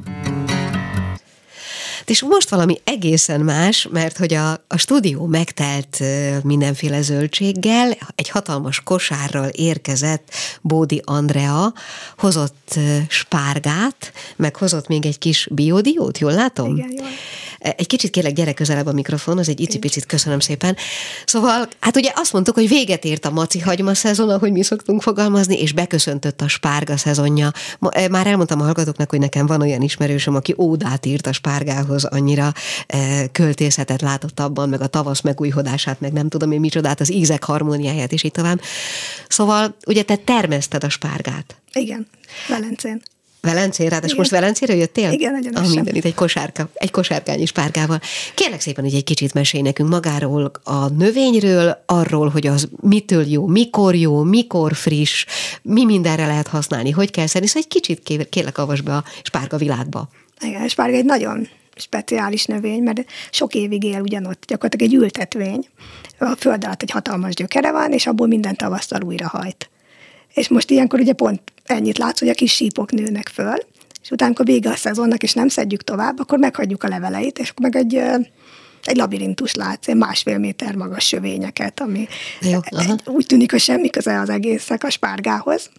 S2: És most valami egészen más, mert hogy a, a stúdió megtelt mindenféle zöldséggel, egy hatalmas kosárral érkezett Bódi Andrea, hozott spárgát, meg hozott még egy kis biodiót, jól látom?
S7: Igen, jól.
S2: Egy kicsit kérlek, gyere közelebb a mikrofon, az egy icipicit, köszönöm szépen. Szóval, hát ugye azt mondtuk, hogy véget ért a maci hagyma szezon, ahogy mi szoktunk fogalmazni, és beköszöntött a spárga szezonja. Már elmondtam a hallgatóknak, hogy nekem van olyan ismerősöm, aki ódát írt a spárgához, annyira költészetet látott abban, meg a tavasz megújhodását, meg nem tudom én micsodát, az ízek harmóniáját, és így tovább. Szóval, ugye te termeszted a spárgát.
S7: Igen, Velencén.
S2: Velencén, ráadásul most Velencéről jöttél?
S7: Igen, egyenesen.
S2: Ah, mindenit, egy kosárka, egy kosárkányi spárgával. Kérlek szépen, hogy egy kicsit mesélj nekünk magáról, a növényről, arról, hogy az mitől jó, mikor jó, mikor friss, mi mindenre lehet használni, hogy kell szedni, szóval egy kicsit kérlek, avasd be a spárga világba.
S7: Igen, a spárga egy nagyon speciális növény, mert sok évig él ugyanott, gyakorlatilag egy ültetvény. A föld alatt egy hatalmas gyökere van, és abból minden tavasszal újrahajt. És most ilyenkor ugye pont ennyit látsz, hogy a kis sípok nőnek föl, és utána, amikor vége a szezonnak, és nem szedjük tovább, akkor meghagyjuk a leveleit, és akkor meg egy, egy labirintus látsz, egy másfél méter magas sövényeket, ami
S2: Jó,
S7: egy, úgy tűnik, hogy semmi köze az egészek a spárgához.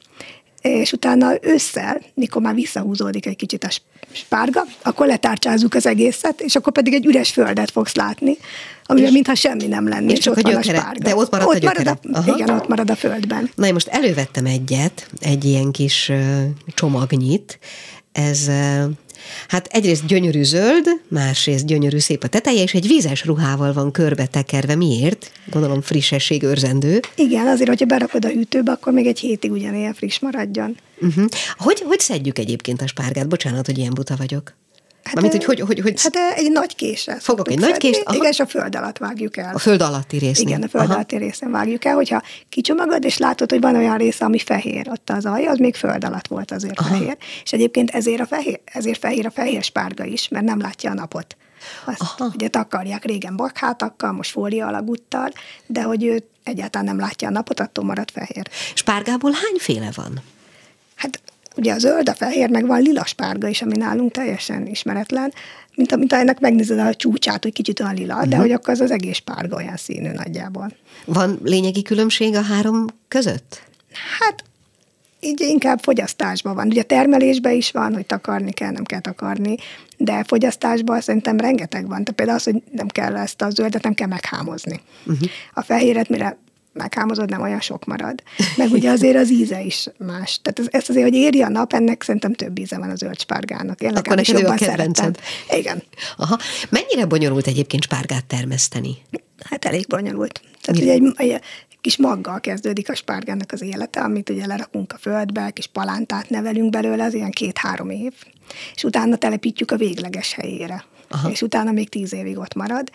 S7: És utána ősszel, mikor már visszahúzódik egy kicsit a spárga, akkor letárcsázzuk az egészet, és akkor pedig egy üres földet fogsz látni, amiben mintha semmi nem lenne, és, és ott van a spárga.
S2: De ott marad
S7: ott
S2: a gyökere.
S7: Marad a, igen, ott marad a földben.
S2: Na, én most elővettem egyet, egy ilyen kis uh, csomagnyit. Ez, uh, hát egyrészt gyönyörű zöld, másrészt gyönyörű szép a teteje, és egy vízes ruhával van körbe tekerve. Miért? Gondolom frissesség őrzendő.
S7: Igen, azért, hogyha berakod a hűtőbe, akkor még egy hétig ugyanilyen friss maradjon.
S2: Uh-huh. Hogy, hogy szedjük egyébként a spárgát? Bocsánat, hogy ilyen buta vagyok. Hát, Mármint, hogy, hogy, hogy, hogy...
S7: hát egy nagy késre.
S2: Fogok egy nagy kést?
S7: Igen, és a föld alatt vágjuk el.
S2: A föld alatti részén.
S7: Igen, a föld aha. alatti részen vágjuk el, hogyha kicsomagod, és látod, hogy van olyan része, ami fehér, ott az alja, az még föld alatt volt azért aha. fehér. És egyébként ezért, a fehér, ezért fehér a fehér spárga is, mert nem látja a napot. Azt aha. ugye takarják régen bakhátakkal, most fólia alagúttal, de hogy ő egyáltalán nem látja a napot, attól marad fehér.
S2: Spárgából hányféle van?
S7: Hát ugye a zöld, a fehér, meg van lila spárga is, ami nálunk teljesen ismeretlen, mint, mint ennek megnézed a csúcsát, hogy kicsit olyan lila, uh-huh. de hogy akkor az az egész spárga olyan színű nagyjából.
S2: Van lényegi különbség a három között?
S7: Hát így inkább fogyasztásban van. Ugye termelésben is van, hogy takarni kell, nem kell takarni, de fogyasztásban szerintem rengeteg van. Tehát például az, hogy nem kell ezt a zöldet, nem kell meghámozni. Uh-huh. A fehéret, mire meghámozod, nem olyan sok marad. Meg ugye azért az íze is más. Tehát ez, ez azért, hogy éri a nap, ennek szerintem több íze van a zöld spárgának. Én
S2: akkor neked jobban szeretem.
S7: Igen.
S2: Aha. Mennyire bonyolult egyébként spárgát termeszteni?
S7: Hát elég bonyolult. Tehát ugye egy, egy kis maggal kezdődik a spárgának az élete, amit ugye lerakunk a földbe, kis palántát nevelünk belőle, az ilyen két-három év. És utána telepítjük a végleges helyére. Aha. És utána még tíz évig ott marad.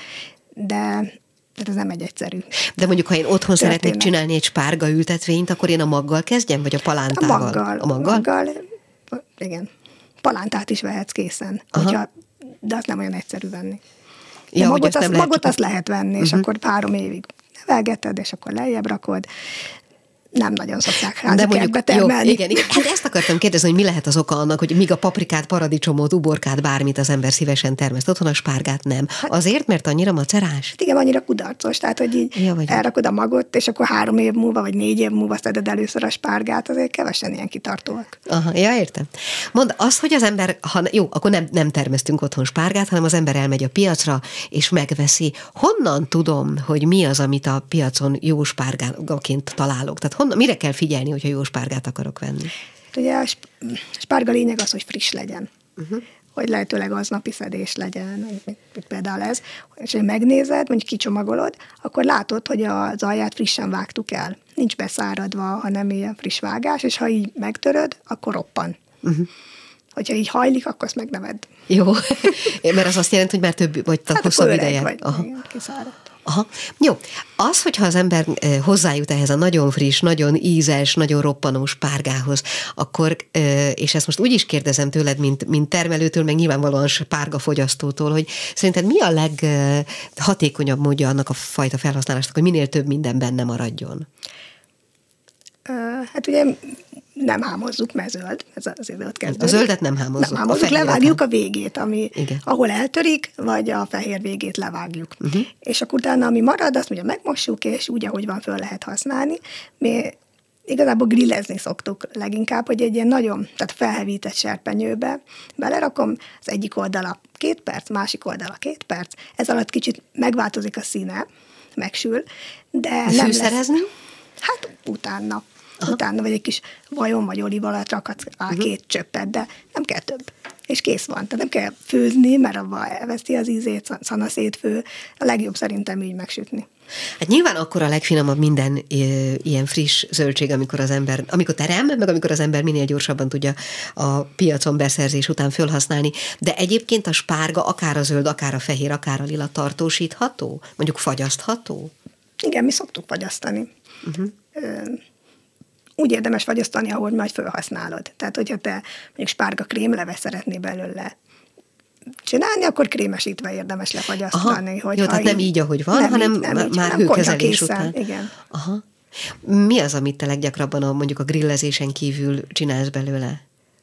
S7: De Tehát ez nem egy egyszerű.
S2: De mondjuk, ha én otthon
S7: történet.
S2: Szeretnék csinálni egy spárga ültetvényt, akkor én a maggal kezdjem, vagy a palántával?
S7: A maggal.
S2: A maggal?
S7: maggal igen. Palántát is vehetsz készen. Hogyha, de azt nem olyan egyszerű venni. Ja, magot, azt, magot lehet... azt lehet venni, és uh-huh. akkor három évig nevelgeted, és akkor lejjebb rakod. Nem nagyon szokták házikertbe termelni.
S2: Jó, igen, igen. Hát ezt akartam kérdezni, hogy mi lehet az oka annak, hogy míg a paprikát, paradicsomot, uborkát, bármit az ember szívesen termeszt, otthon a spárgát nem. Azért, mert annyira macerás?
S7: Hát igen, annyira kudarcos, tehát hogy így ja, elrakod a magot, és akkor három év múlva, vagy négy év múlva szeded először a spárgát, azért kevesen ilyen kitartóak.
S2: Aha, ja, értem. Mondd, az, hogy az ember, ha, jó, akkor nem, nem termesztünk otthon spárgát, hanem az ember elmegy a piacra, és megveszi. Honnan tudom, hogy mi az, amit a piacon jó spárgáként találok? Tehát honnan, mire kell figyelni, hogyha jó spárgát akarok venni?
S7: Ugye a spárga lényeg az, hogy friss legyen. Uh-huh. Hogy lehetőleg aznapi szedés legyen, mint például ez. És ha megnézed, mondjuk kicsomagolod, akkor látod, hogy az alját frissen vágtuk el. Nincs beszáradva, hanem ilyen friss vágás, és ha így megtöröd, akkor roppan. Uh-huh. Hogyha így hajlik, akkor azt megneved.
S2: Jó, mert az azt jelenti, hogy már több, vagy hát hosszabb ideje.
S7: Vagy, aha. Igen, kiszáradt.
S2: Aha. Jó, az, hogyha az ember hozzájut ehhez a nagyon friss, nagyon ízes, nagyon roppanó spárgához, akkor, és ezt most úgy is kérdezem tőled, mint, mint termelőtől, meg nyilvánvalóan spárgafogyasztótól, hogy szerinted mi a leghatékonyabb módja annak a fajta felhasználásnak, hogy minél több minden benne maradjon?
S7: Hát ugye nem hámozzuk, mert zöld, ez azért ott kezdődik.
S2: A zöldet nem hámozzuk.
S7: Nem hámozzuk, levágjuk a végét, ami, ahol eltörik, vagy a fehér végét levágjuk. Uh-huh. És akkor utána, ami marad, azt ugye megmossuk, és úgy, ahogy van, föl lehet használni. Mi igazából grillezni szoktuk leginkább, hogy egy ilyen nagyon, tehát felhevített serpenyőbe belerakom, az egyik oldala két perc, másik oldala két perc, ez alatt kicsit megváltozik a színe, megsül, de nem
S2: Fűszerezni?
S7: lesz. Hát utána. Aha. Utána, vagy egy kis vajon vagy olívaolajat rakhatsz rá uh-huh. két csöppet, de nem kell több. És kész van. Tehát nem kell főzni, mert abban elveszti az ízét, szanaszétfő. A legjobb szerintem így megsütni.
S2: Hát nyilván akkor a legfinomabb minden e, ilyen friss zöldség, amikor az ember, amikor terem, meg amikor az ember minél gyorsabban tudja a piacon beszerzés után fölhasználni. De egyébként a spárga, akár a zöld, akár a fehér, akár a lila tartósítható? Mondjuk fagyasztható?
S7: Igen, mi szoktuk fagyasztani. Uh-huh. Ö, úgy érdemes fagyasztani, ahogy majd felhasználod. Tehát, hogyha te mondjuk spárga krémleves szeretnél belőle csinálni, akkor krémesítve érdemes lefagyasztani.
S2: Aha, jó, tehát nem így, ahogy van, nem hanem így, nem már, így, már hőkezelés után.
S7: Igen.
S2: Aha. Mi az, amit te leggyakrabban a, mondjuk a grillezésen kívül csinálsz belőle?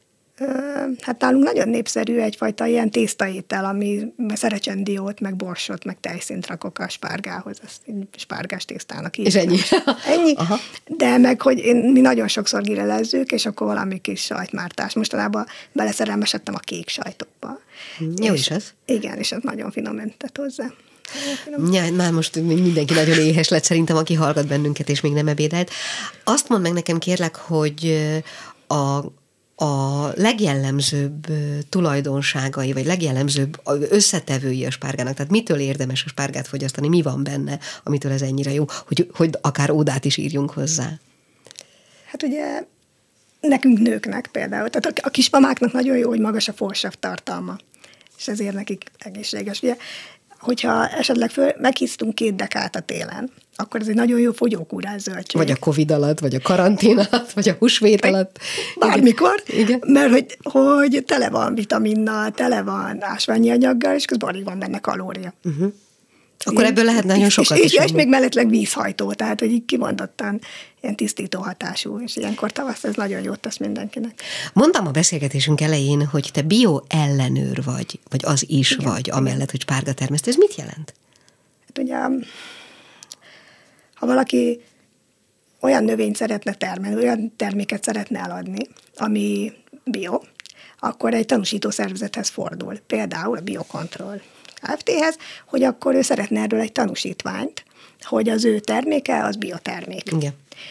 S7: Hát nálunk nagyon népszerű egyfajta ilyen tésztaétel, ami szerecsendiót, meg borsot, meg tejszínt rakok a spárgához, ezt spárgás tésztának hívjuk.
S2: És ennyi?
S7: Ennyi. Aha. De meg, hogy én, mi nagyon sokszor grillezzük, és akkor valami kis sajtmártás. Mostanában beleszerelmesedtem a kék sajtokba.
S2: Jó is ez.
S7: Igen, és ez nagyon finom tett hozzá.
S2: Ja, már most mindenki nagyon éhes lett szerintem, aki hallgat bennünket, és még nem ebédelt. Azt mondd meg nekem, kérlek, hogy a a legjellemzőbb tulajdonságai, vagy legjellemzőbb összetevői a spárgának, tehát mitől érdemes a spárgát fogyasztani, mi van benne, amitől ez ennyire jó, hogy, hogy akár ódát is írjunk hozzá?
S7: Hát ugye nekünk nőknek például, tehát a kismamáknak nagyon jó, hogy magas a folsav tartalma, és ezért nekik egészséges. Ugye, hogyha esetleg föl, meghisztunk két dekát a télen, akkor ez egy nagyon jó fogyókúrás zöldség.
S2: Vagy a Covid alatt, vagy a karantén alatt, vagy a húsvét alatt.
S7: Bármikor, igen. Mert hogy, hogy tele van vitaminnal, tele van ásványi anyaggal, és közben alig van benne kalória. Uh-huh.
S2: Akkor én, ebből lehet nagyon sokat
S7: és,
S2: is.
S7: És, és még mellettleg vízhajtó, tehát hogy így kimondottan ilyen tisztító hatású, és ilyenkor tavasz ez nagyon jót tesz mindenkinek.
S2: Mondtam a beszélgetésünk elején, hogy te bio ellenőr vagy, vagy az is igen, vagy, igen. Amellett, hogy spárga termesztő. Ez mit jelent?
S7: Hát ugye, ha valaki olyan növényt szeretne termelni, olyan terméket szeretne eladni, ami bio, akkor egy tanúsító szervezethez fordul. Például a Biocontrol Kft-hez, hogy akkor ő szeretne erről egy tanúsítványt, hogy az ő terméke az biotermék.
S2: Igen.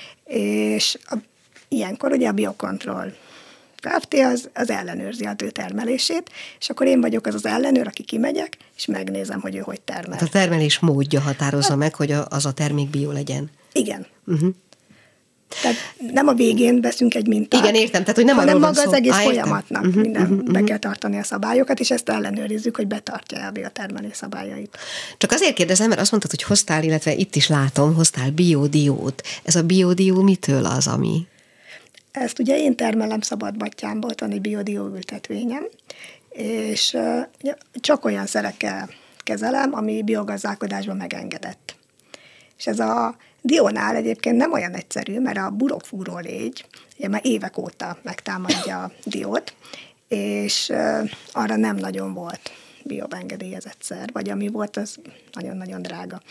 S7: És a, ilyenkor ugye a Biocontrol Kft. Az, az ellenőrzi az ő termelését, és akkor én vagyok az az ellenőr, aki kimegyek, és megnézem, hogy ő hogy termel.
S2: Hát a termelés módja határozza hát, meg, hogy az a termék bio legyen.
S7: Igen. Uh-huh. Tehát nem a végén veszünk egy mintát.
S2: Igen, értem, tehát hogy nem
S7: hanem
S2: arról
S7: maga
S2: van
S7: az egész
S2: szó.
S7: folyamatnak uh-huh, minden, uh-huh, be
S2: uh-huh.
S7: kell tartani a szabályokat, és ezt ellenőrizzük, hogy betartja a biotermelés szabályait.
S2: Csak azért kérdezem, mert azt mondtad, hogy hoztál, illetve itt is látom, hoztál biodiót. Ez a biodió mitől az, ami? Ezt
S7: ugye én termelem Szabadbattyánból, ott van egy biodió ültetvényem, és uh, csak olyan szerekkel kezelem, ami biogazdálkodásban megengedett. És ez a diónál egyébként nem olyan egyszerű, mert a burokfúró légy ugye már évek óta megtámadja a diót, és uh, arra nem nagyon volt bioengedélyezett szer, vagy ami volt, az nagyon-nagyon drága.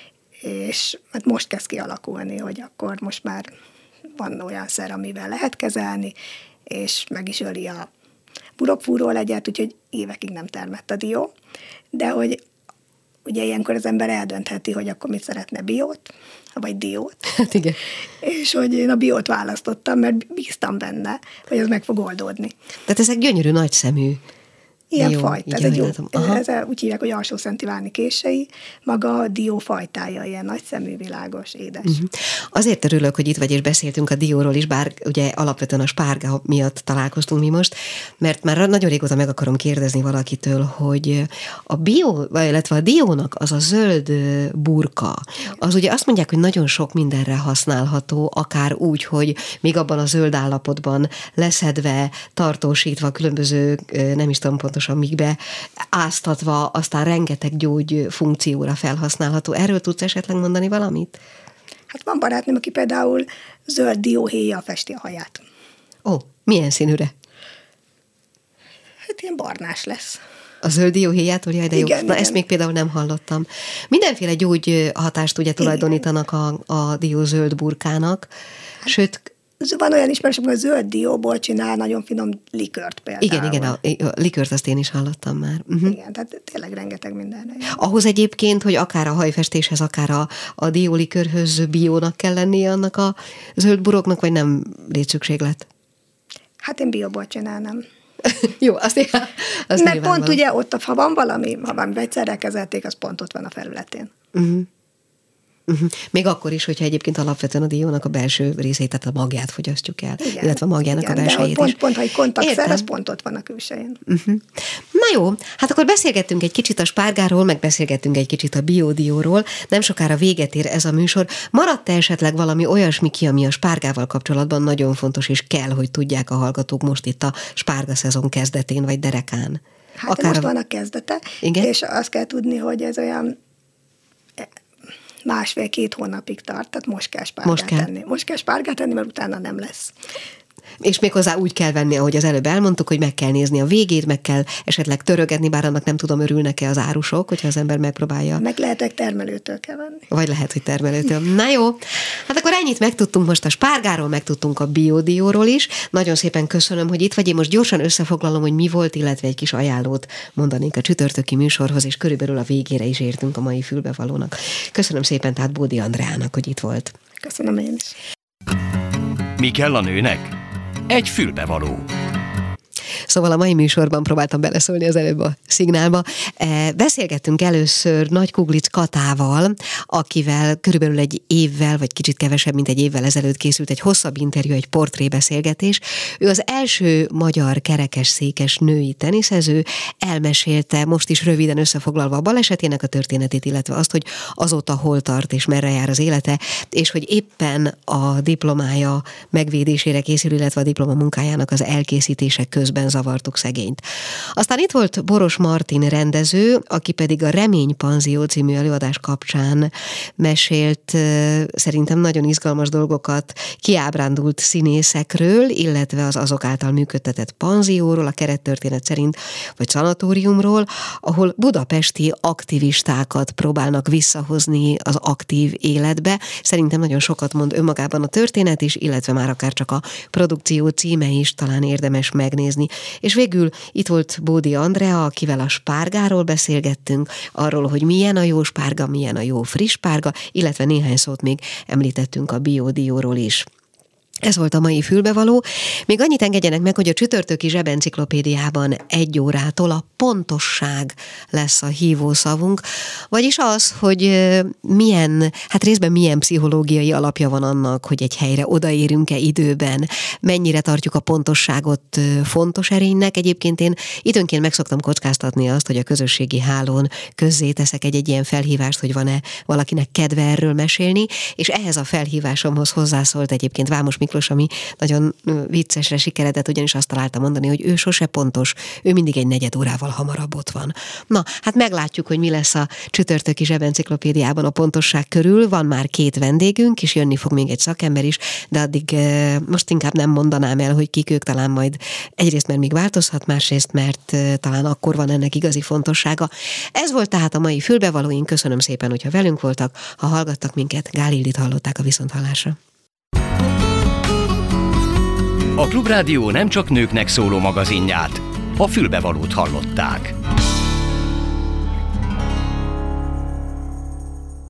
S7: És hát most kezd kialakulni, hogy akkor most már van olyan szer, amivel lehet kezelni, és meg is öli a burokfúró legyet, úgyhogy évekig nem termett a dió. De hogy ugye ilyenkor az ember eldöntheti, hogy akkor mit szeretne, biót, vagy diót.
S2: Hát igen.
S7: És hogy én a biót választottam, mert bíztam benne, hogy ez meg fog oldódni.
S2: Tehát ezek gyönyörű, nagyszemű.
S7: Ilyen jó, fajta. Ez, egy jó, ez, ez úgy hívják, hogy alsó szentiváni kései, maga a dió fajtája, ilyen nagyszemű, világos, édes. Uh-huh.
S2: Azért örülök, hogy itt vagy, és beszéltünk a dióról is, bár ugye alapvetően a spárga miatt találkoztunk mi most, mert már nagyon régóta meg akarom kérdezni valakitől, hogy a bio, illetve a diónak az a zöld burka, az ugye azt mondják, hogy nagyon sok mindenre használható, akár úgy, hogy még abban a zöld állapotban leszedve, tartósítva, különböző, nem is tudom pontosan mikbe áztatva, aztán rengeteg gyógy funkcióra felhasználható. Erről tudsz esetleg mondani valamit?
S7: Hát van barátnőm, aki például zöld dióhéjjal festi a haját.
S2: Ó, milyen színűre?
S7: Hát ilyen barnás lesz.
S2: A zöld dióhéjától, jaj, de jó.
S7: Igen,
S2: Na,
S7: igen.
S2: Ezt még például nem hallottam. Mindenféle gyógyhatást ugye tulajdonítanak a, a dió zöld burkának, sőt,
S7: van olyan ismerősöm, hogy a zöld dióból csinál nagyon finom likört például.
S2: Igen, igen, a, a likört azt én is hallottam már. Uh-huh.
S7: Igen, tehát tényleg rengeteg mindenre.
S2: Ahhoz egyébként, hogy akár a hajfestéshez, akár a, a diólikörhöz biónak kell lennie annak a zöld buroknak, vagy nem létszükséglet?
S7: Hát én bióból csinálnám.
S2: Jó, azt, én, azt
S7: mert pont
S2: van.
S7: ugye ott, ha van valami, ha valami vegyszerrel kezelték, az pont ott van a felületén.
S2: Uh-huh. Uh-huh. Még akkor is, hogyha egyébként alapvetően a diónak a belső részét, tehát a magját fogyasztjuk el, igen, illetve a magjának igen, a belsejét
S7: pont,
S2: is.
S7: Pont, ha egy kontaktszer, az pont ott van a külsején.
S2: Uh-huh. Na jó, hát akkor beszélgettünk egy kicsit a spárgáról, meg beszélgettünk egy kicsit a biodióról, nem sokára véget ér ez a műsor. Maradt-e esetleg valami olyasmi ki, ami a spárgával kapcsolatban nagyon fontos, és kell, hogy tudják a hallgatók most itt a spárga szezon kezdetén, vagy derekán?
S7: Hát
S2: akár
S7: most
S2: a...
S7: van a kezdete,
S2: igen?
S7: És azt kell tudni, hogy ez olyan másfél-két hónapig tart, tehát most kell spárgát
S2: most kell.
S7: tenni. Most kell spárgát tenni, mert utána nem lesz.
S2: És méghozzá úgy kell venni, ahogy az előbb elmondtuk, hogy meg kell nézni a végét, meg kell esetleg törögetni, bár annak nem tudom, örülnek-e az árusok, hogyha az ember megpróbálja.
S7: Meg lehetek termelőtől kell venni.
S2: Vagy lehet, hogy termelőtől. Na jó, hát akkor ennyit megtudtunk most a spárgáról, megtudtunk a biodióról is. Nagyon szépen köszönöm, hogy itt vagy. Én most gyorsan összefoglalom, hogy mi volt, illetve egy kis ajánlót mondanék a csütörtöki műsorhoz, és körülbelül a végére is értünk a mai fülbevalónak. Köszönöm szépen tehát Bódi Andreának, hogy itt volt.
S7: Köszönöm én is.
S1: Mi kell a nőnek? Egy fülbevaló.
S2: Szóval a mai műsorban próbáltam beleszólni az előbb a szignálba. Beszélgettünk először Nagy Kuglic Katával, akivel körülbelül egy évvel, vagy kicsit kevesebb, mint egy évvel ezelőtt készült egy hosszabb interjú, egy portrébeszélgetés. Ő az első magyar kerekesszékes női teniszező, elmesélte most is röviden összefoglalva a balesetének a történetét, illetve azt, hogy azóta hol tart és merre jár az élete, és hogy éppen a diplomája megvédésére készül, illetve a diplomamunkájának az elkészítése közben zavartuk szegényt. Aztán itt volt Boros Martin rendező, aki pedig a Remény Panzió című előadás kapcsán mesélt szerintem nagyon izgalmas dolgokat kiábrándult színészekről, illetve az azok által működtetett panzióról, a kerettörténet szerint, vagy szanatóriumról, ahol budapesti aktivistákat próbálnak visszahozni az aktív életbe. Szerintem nagyon sokat mond önmagában a történet is, illetve már akár csak a produkció címe is talán érdemes megnézni. És végül itt volt Bódi Andrea, akivel a spárgáról beszélgettünk, arról, hogy milyen a jó spárga, milyen a jó friss spárga, illetve néhány szót még említettünk a biodióról is. Ez volt a mai fülbevaló. Még annyit engedjenek meg, hogy a csütörtöki zsebenciklopédiában egy órától a pontosság lesz a hívószavunk, vagyis az, hogy milyen, hát részben milyen pszichológiai alapja van annak, hogy egy helyre odaérünk-e időben, mennyire tartjuk a pontosságot fontos erénynek. Egyébként én időnként meg szoktam kockáztatni azt, hogy a közösségi hálón közzéteszek egy-egy ilyen felhívást, hogy van-e valakinek kedve erről mesélni, és ehhez a felhívásomhoz hozzászólt egyébként Vámos Miklós, ami nagyon viccesre sikeredett, ugyanis azt találta mondani, hogy ő sose pontos, ő mindig egy negyed órával hamarabb ott van. Na, hát meglátjuk, hogy mi lesz a csütörtöki zsebenciklopédiában a pontosság körül. Van már két vendégünk, és jönni fog még egy szakember is, de addig most inkább nem mondanám el, hogy kik ők, talán majd egyrészt, mert még változhat, másrészt, mert talán akkor van ennek igazi fontossága. Ez volt tehát a mai fülbevalóink. Köszönöm szépen, hogyha velünk voltak, ha hallgattak minket. Gál Ildit hallották a viszonthallásra.
S1: A Klubrádió nem csak nőknek szóló magazinját, a fülbevalót hallották.